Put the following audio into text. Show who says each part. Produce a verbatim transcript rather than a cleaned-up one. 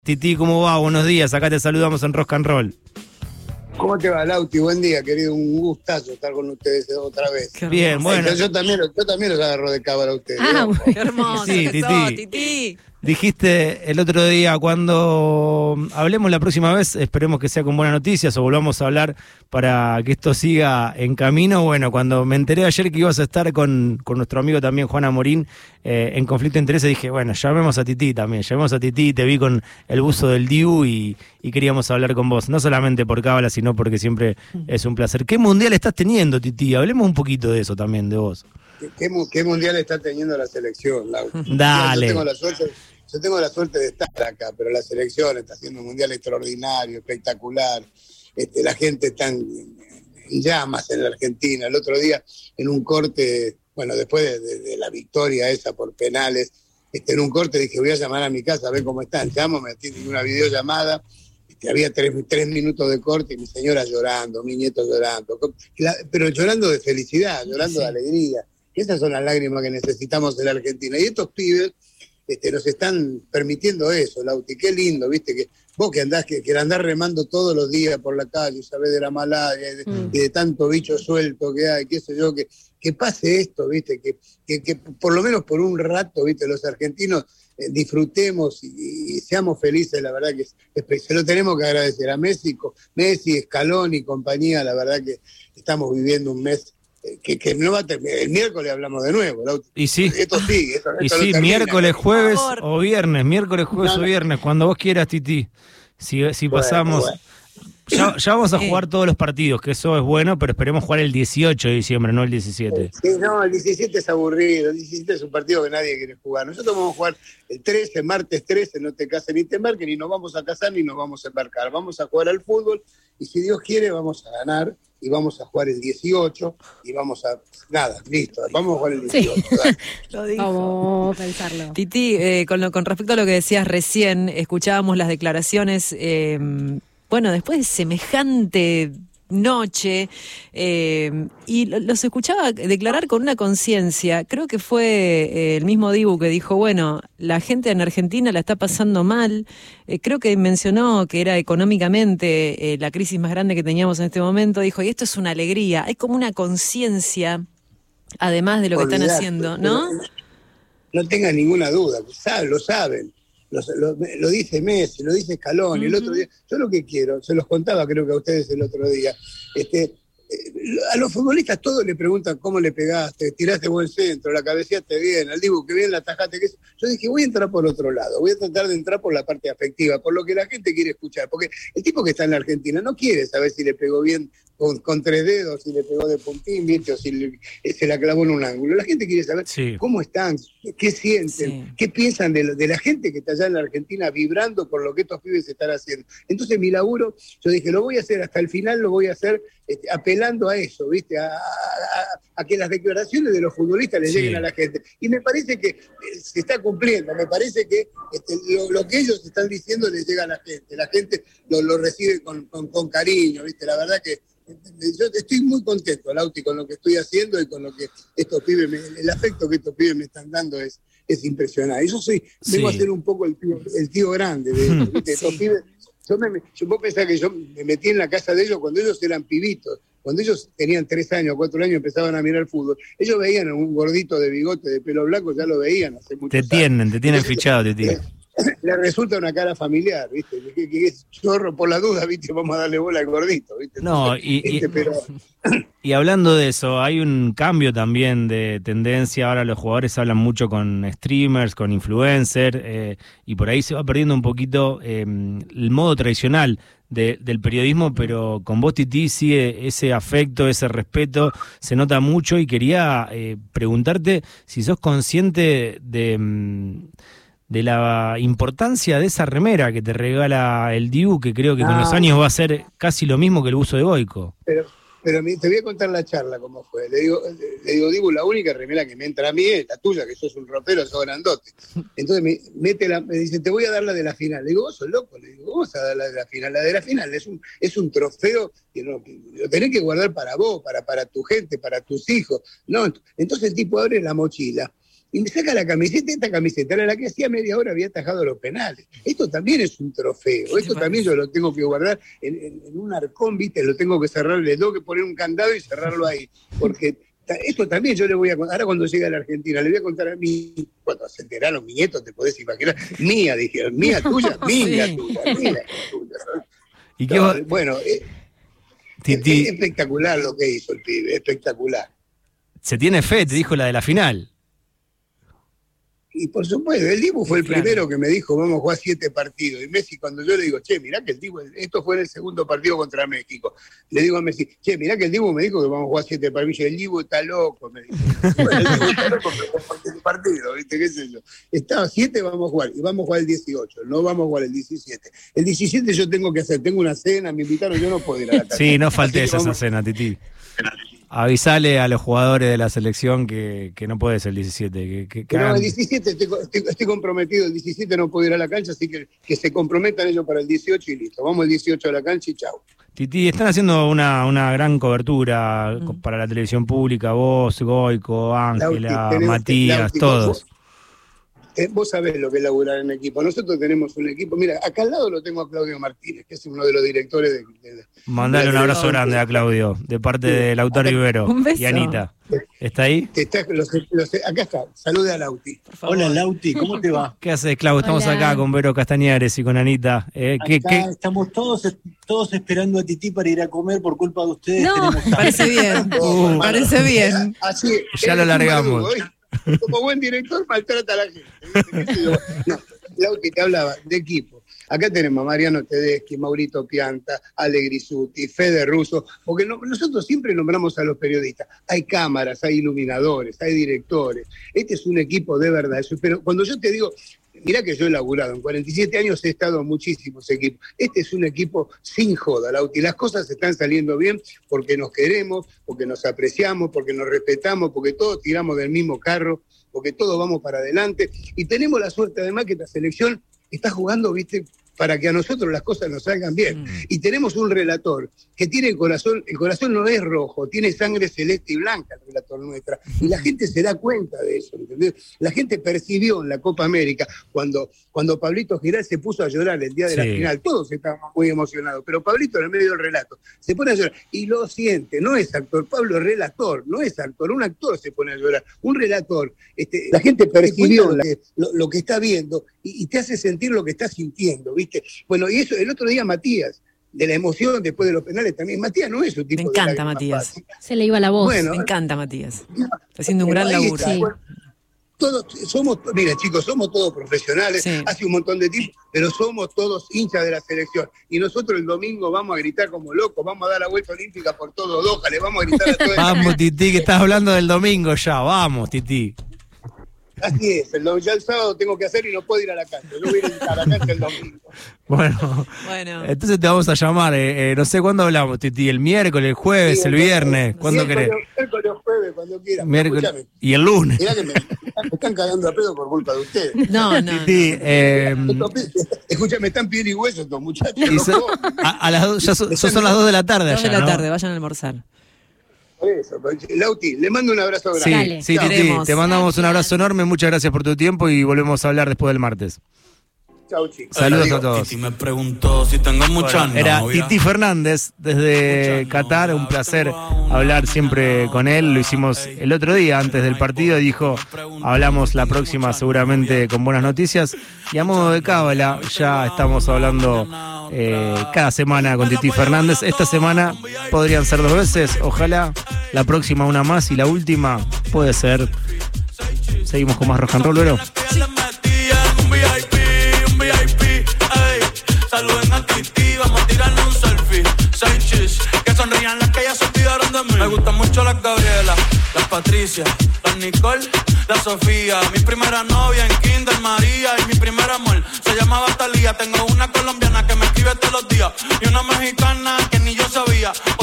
Speaker 1: Titi, ¿cómo va? Buenos días, acá te saludamos en Rock and Roll.
Speaker 2: ¿Cómo te va, Lauti? Buen día, querido. Un gustazo estar con ustedes otra vez.
Speaker 1: Bien, bueno.
Speaker 2: Yo, yo, también, yo también los agarro de cámara a ustedes.
Speaker 3: Ah,
Speaker 2: ¿no?
Speaker 3: qué hermoso
Speaker 1: Sí,
Speaker 3: que
Speaker 1: Titi.
Speaker 3: sos, Titi.
Speaker 1: Dijiste el otro día, cuando hablemos la próxima vez, esperemos que sea con buenas noticias o volvamos a hablar para que esto siga en camino. Bueno, cuando me enteré ayer que ibas a estar con, con nuestro amigo también Juan Amorín eh, en conflicto de intereses, dije, bueno, llamemos a Titi también, llamemos a Titi, te vi con el buzo del Dibu y, y queríamos hablar con vos, no solamente por cábala, sino porque siempre es un placer. ¿Qué mundial estás teniendo, Titi? Hablemos un poquito de eso también, de vos.
Speaker 2: ¿Qué, qué mundial está teniendo la selección, Lauti?
Speaker 1: Dale.
Speaker 2: Yo tengo la suerte... Yo tengo la suerte de estar acá, pero la selección está haciendo un mundial extraordinario, espectacular. Este, la gente está en, en llamas en la Argentina. El otro día, en un corte, bueno, después de, de, de la victoria esa por penales, este, en un corte dije, voy a llamar a mi casa a ver cómo están. Llamo, me atienden una videollamada. Este, había tres, tres minutos de corte y mi señora llorando, mi nieto llorando. La, pero llorando de felicidad, llorando sí. de alegría. Esas son las lágrimas que necesitamos en la Argentina. Y estos pibes... Este, nos están permitiendo eso, Lauti, qué lindo, viste, que vos que andás, que, que andás remando todos los días por la calle, sabés de la malaria y de, mm. y de tanto bicho suelto que hay, qué sé yo, que, que pase esto, viste, que, que, que por lo menos por un rato, viste, los argentinos eh, disfrutemos y, y seamos felices, la verdad que es, es, se lo tenemos que agradecer a Messi, Messi, Scaloni y compañía, la verdad que estamos viviendo un mes Que, que no va a terminar. El miércoles hablamos de nuevo. ¿No?
Speaker 1: Y sí,
Speaker 2: esto sigue. Esto,
Speaker 1: y
Speaker 2: esto
Speaker 1: sí,
Speaker 2: no
Speaker 1: miércoles, jueves o viernes, miércoles, jueves no, no. o viernes, cuando vos quieras, Titi. Si, si bueno, pasamos. Bueno. Ya, ya vamos a jugar todos los partidos, que eso es bueno, pero esperemos jugar el dieciocho de diciembre, no el diecisiete.
Speaker 2: Sí, no, el diecisiete es aburrido. El diecisiete es un partido que nadie quiere jugar. Nosotros vamos a jugar el trece, martes trece, no te cases ni te embarques, ni nos vamos a casar ni nos vamos a embarcar. Vamos a jugar al fútbol y si Dios quiere vamos a ganar. Y vamos a jugar el dieciocho y vamos a... Nada, listo, vamos a jugar el dieciocho.
Speaker 3: Sí. Lo dijo. Vamos a pensarlo. Titi, eh, con, lo, con respecto a lo que decías recién, escuchábamos las declaraciones, eh, bueno, después de semejante noche, eh, y los escuchaba declarar con una conciencia. Creo que fue eh, el mismo Dibu que dijo, bueno, la gente en Argentina la está pasando mal. Eh, creo que mencionó que era económicamente eh, la crisis más grande que teníamos en este momento. Dijo, y esto es una alegría. Hay como una conciencia, además de lo que Olvidate, están haciendo, ¿no?
Speaker 2: No tengan ninguna duda, lo saben. Lo, lo, lo dice Messi, lo dice Scaloni, uh-huh. el otro día. Yo lo que quiero, se los contaba creo que a ustedes el otro día, este, eh, a los futbolistas todos le preguntan cómo le pegaste, tiraste buen centro, la cabeceaste bien, al Dibu que bien la atajaste. Que yo dije, voy a entrar por otro lado, voy a tratar de entrar por la parte afectiva, por lo que la gente quiere escuchar, porque el tipo que está en la Argentina no quiere saber si le pegó bien con, con tres dedos, si le pegó de puntín, ¿viste? O si le, se la clavó en un ángulo. La gente quiere saber sí. cómo están, qué sienten, sí. qué piensan de, lo, de la gente que está allá en la Argentina vibrando por lo que estos pibes están haciendo. Entonces mi laburo, yo dije, lo voy a hacer hasta el final, lo voy a hacer este, apelando a eso, ¿viste? A, a, a que las declaraciones de los futbolistas le sí. lleguen a la gente. Y me parece que se está cumpliendo, me parece que este, lo, lo que ellos están diciendo le llega a la gente. La gente lo, lo recibe con, con, con cariño, ¿viste? La verdad que yo estoy muy contento, Lauti, con lo que estoy haciendo y con lo que estos pibes, me, el afecto que estos pibes me están dando es, es impresionante. Yo soy, sí. vengo a ser un poco el tío, el tío grande de ellos, ¿viste? Sí. Estos pibes, yo me, yo, vos pensás que yo me metí en la casa de ellos cuando ellos eran pibitos, cuando ellos tenían tres años, cuatro años, empezaban a mirar fútbol. Ellos veían a un gordito de bigote, de pelo blanco, ya lo veían hace mucho tiempo.
Speaker 1: Te tienen, te tienen fichado, te tienen.
Speaker 2: Le resulta una cara familiar, ¿viste? Que, que es chorro por la duda, ¿viste? Vamos a darle bola al gordito, ¿viste?
Speaker 1: No, y,
Speaker 2: este,
Speaker 1: y,
Speaker 2: pero...
Speaker 1: y hablando de eso, hay un cambio también de tendencia. Ahora los jugadores hablan mucho con streamers, con influencers, eh, y por ahí se va perdiendo un poquito eh, el modo tradicional de, del periodismo, pero con vos, Titi, sigue ese afecto, ese respeto, se nota mucho, y quería eh, preguntarte si sos consciente de... de la importancia de esa remera que te regala el Dibu, que creo que con ah, los años va a ser casi lo mismo que el buzo de Goico.
Speaker 2: Pero, pero te voy a contar la charla cómo fue. Le digo, le digo, Dibu, la única remera que me entra a mí es la tuya, que sos un ropero, sos grandote. Entonces me, mete la, me dice, te voy a dar la de la final. Le digo, vos sos loco. Le digo, vamos a dar la de la final. La de la final es un, es un trofeo que, no, que lo tenés que guardar para vos, para, para tu gente, para tus hijos. No, entonces el tipo abre la mochila y me saca la camiseta, esta camiseta era la que hacía media hora había atajado los penales. Esto también es un trofeo, esto también yo lo tengo que guardar en, en, en un arcón, ¿viste? Lo tengo que cerrar, le tengo que poner un candado y cerrarlo ahí, porque esto también yo le voy a contar, ahora cuando llegue a la Argentina, le voy a contar a mí, cuando se enteraron mis nietos, te podés imaginar, mía, dijeron, mía tuya, mía sí. tuya, mía tuya. ¿Y qué va? Bueno, eh, es, es espectacular lo que hizo el pibe, espectacular.
Speaker 1: Se tiene fe, te dijo la de la final.
Speaker 2: Y por supuesto, el Dibu fue el claro. primero que me dijo, vamos a jugar siete partidos. Y Messi, cuando yo le digo, che, mirá que el Dibu, esto fue en el segundo partido contra México. Le digo a Messi, che, mirá que el Dibu me dijo que vamos a jugar siete partidos. Y el Dibu está loco, me dijo. Bueno, el Dibu está loco, pero por el partido, ¿viste? ¿Qué sé yo? Estaba siete, vamos a jugar. Y vamos a jugar el dieciocho, no vamos a jugar el diecisiete. El diecisiete yo tengo que hacer, tengo una cena, me invitaron, yo no puedo ir a la casa.
Speaker 1: Sí, no faltes esa cena, Titi. Avisale a los jugadores de la selección que, que no puede ser el diecisiete. Que, que, que
Speaker 2: no,
Speaker 1: hagan...
Speaker 2: el diecisiete estoy, estoy, estoy comprometido, el diecisiete no puedo ir a la cancha, así que que se comprometan ellos para el dieciocho y listo. Vamos el dieciocho a la cancha y chau.
Speaker 1: Titi, están haciendo una, una gran cobertura mm. para la televisión pública, vos, Goico, Ángela, Matías, Lauti, todos. Vos, eh, vos sabés lo que es laburar en equipo. Nosotros tenemos un equipo, mira, acá al lado lo tengo a Claudio Martínez, que es uno de los directores de... de, de Mandale un abrazo grande a Claudio, de parte sí. de Lautaro Ibero y Anita. ¿Está ahí?
Speaker 2: Está, los, los, acá está, salude a Lauti.
Speaker 4: Hola Lauti, ¿cómo te va?
Speaker 1: ¿Qué haces, Clau? Estamos Hola. acá con Vero Castañares y con Anita. Eh, ¿qué,
Speaker 4: ¿qué?
Speaker 1: Estamos
Speaker 4: todos, todos esperando a Titi para ir a comer por culpa de ustedes.
Speaker 3: No, parece bien, uh, parece bien.
Speaker 2: Así,
Speaker 1: ya lo largamos.
Speaker 2: Verdugo, como buen director maltrata a la gente. No, Lauti te hablaba de equipo. Acá tenemos a Mariano Tedeschi, Maurito Pianta, Ale Grisuti, Fede Russo, porque no, nosotros siempre nombramos a los periodistas. Hay cámaras, hay iluminadores, hay directores. Este es un equipo de verdad. Eso, pero cuando yo te digo, mirá que yo he laburado, en cuarenta y siete años he estado en muchísimos equipos. Este es un equipo sin joda, Lauti. Las cosas están saliendo bien porque nos queremos, porque nos apreciamos, porque nos respetamos, porque todos tiramos del mismo carro, porque todos vamos para adelante. Y tenemos la suerte además que esta selección está jugando, viste, para que a nosotros las cosas nos salgan bien. Mm. Y tenemos un relator que tiene el corazón, el corazón no es rojo, tiene sangre celeste y blanca el relator nuestra. Y la gente se da cuenta de eso, ¿entendés? La gente percibió en la Copa América, cuando, cuando Pablito Giral se puso a llorar el día de sí. la final, todos estábamos muy emocionados, pero Pablito en el medio del relato se pone a llorar y lo siente, no es actor, Pablo es relator, no es actor, un actor se pone a llorar, un relator, este, la gente percibió la, lo, lo que está viendo y, y te hace sentir lo que está sintiendo, ¿viste? Bueno, y eso, el otro día Matías, de la emoción después de los penales también, Matías no es un tipo.
Speaker 3: Me encanta
Speaker 2: de
Speaker 3: Matías.
Speaker 5: Se le iba la voz.
Speaker 3: Bueno, me encanta Matías. Está haciendo un gran laburo.
Speaker 2: Está, sí. bueno, todos somos, mira chicos, somos todos profesionales, sí. hace un montón de tiempo, pero somos todos hinchas de la selección. Y nosotros el domingo vamos a gritar como locos, vamos a dar la vuelta olímpica por todo Doha, le vamos a gritar a todo el
Speaker 1: Vamos, Titi, que estás hablando del domingo ya, vamos, Titi.
Speaker 2: Así es, el, ya el sábado tengo que hacer y no puedo ir a la cancha. Yo voy a ir a la cancha el domingo.
Speaker 1: Bueno, bueno, entonces te vamos a llamar. Eh, eh, no sé cuándo hablamos, Titi. ¿El miércoles, el jueves, sí, el, el viernes? ¿Cuándo querés?
Speaker 2: El miércoles, jueves, cuando quieras.
Speaker 1: Miércoles y el lunes.
Speaker 2: Mirá que me, me están cagando a pedo por culpa de ustedes.
Speaker 3: No, no.
Speaker 1: Titi, eh,
Speaker 2: escúchame, están piel y hueso estos muchachos.
Speaker 1: So, a, a las dos, ya, so, ya son las dos de la tarde.
Speaker 3: Dos de
Speaker 1: allá,
Speaker 3: la
Speaker 1: ¿no?
Speaker 3: tarde, vayan a almorzar.
Speaker 2: Eso, Lauti, le mando un abrazo grande.
Speaker 1: Sí, sí, Titi, te mandamos un abrazo enorme, muchas gracias por tu tiempo y volvemos a hablar después del martes.
Speaker 2: Chau, chicos.
Speaker 1: Saludos Adiós. a todos.
Speaker 6: Titi me preguntó si tengo mucha
Speaker 1: bueno, Era Titi Fernández desde Qatar, un placer hablar siempre con él. Lo hicimos el otro día antes del partido, dijo, hablamos la próxima seguramente con buenas noticias. Y a modo de cábala, ya estamos hablando eh, cada semana con Titi Fernández. Esta semana podrían ser dos veces, ojalá la próxima una más y la última puede ser. Seguimos con más rock and roll, ¿verdad?
Speaker 6: Saluden a Titi, vamos a tirarle un selfie. Seis chis, que sonrían las que ya se olvidaron de mí. Me gustan mucho las Gabriela, las Patricia, las Nicole, la Sofía. Mi primera novia en Kinder María y mi primer amor se llamaba Talía. Tengo una colombiana que me escribe todos los días y una mexicana que ni yo sabía.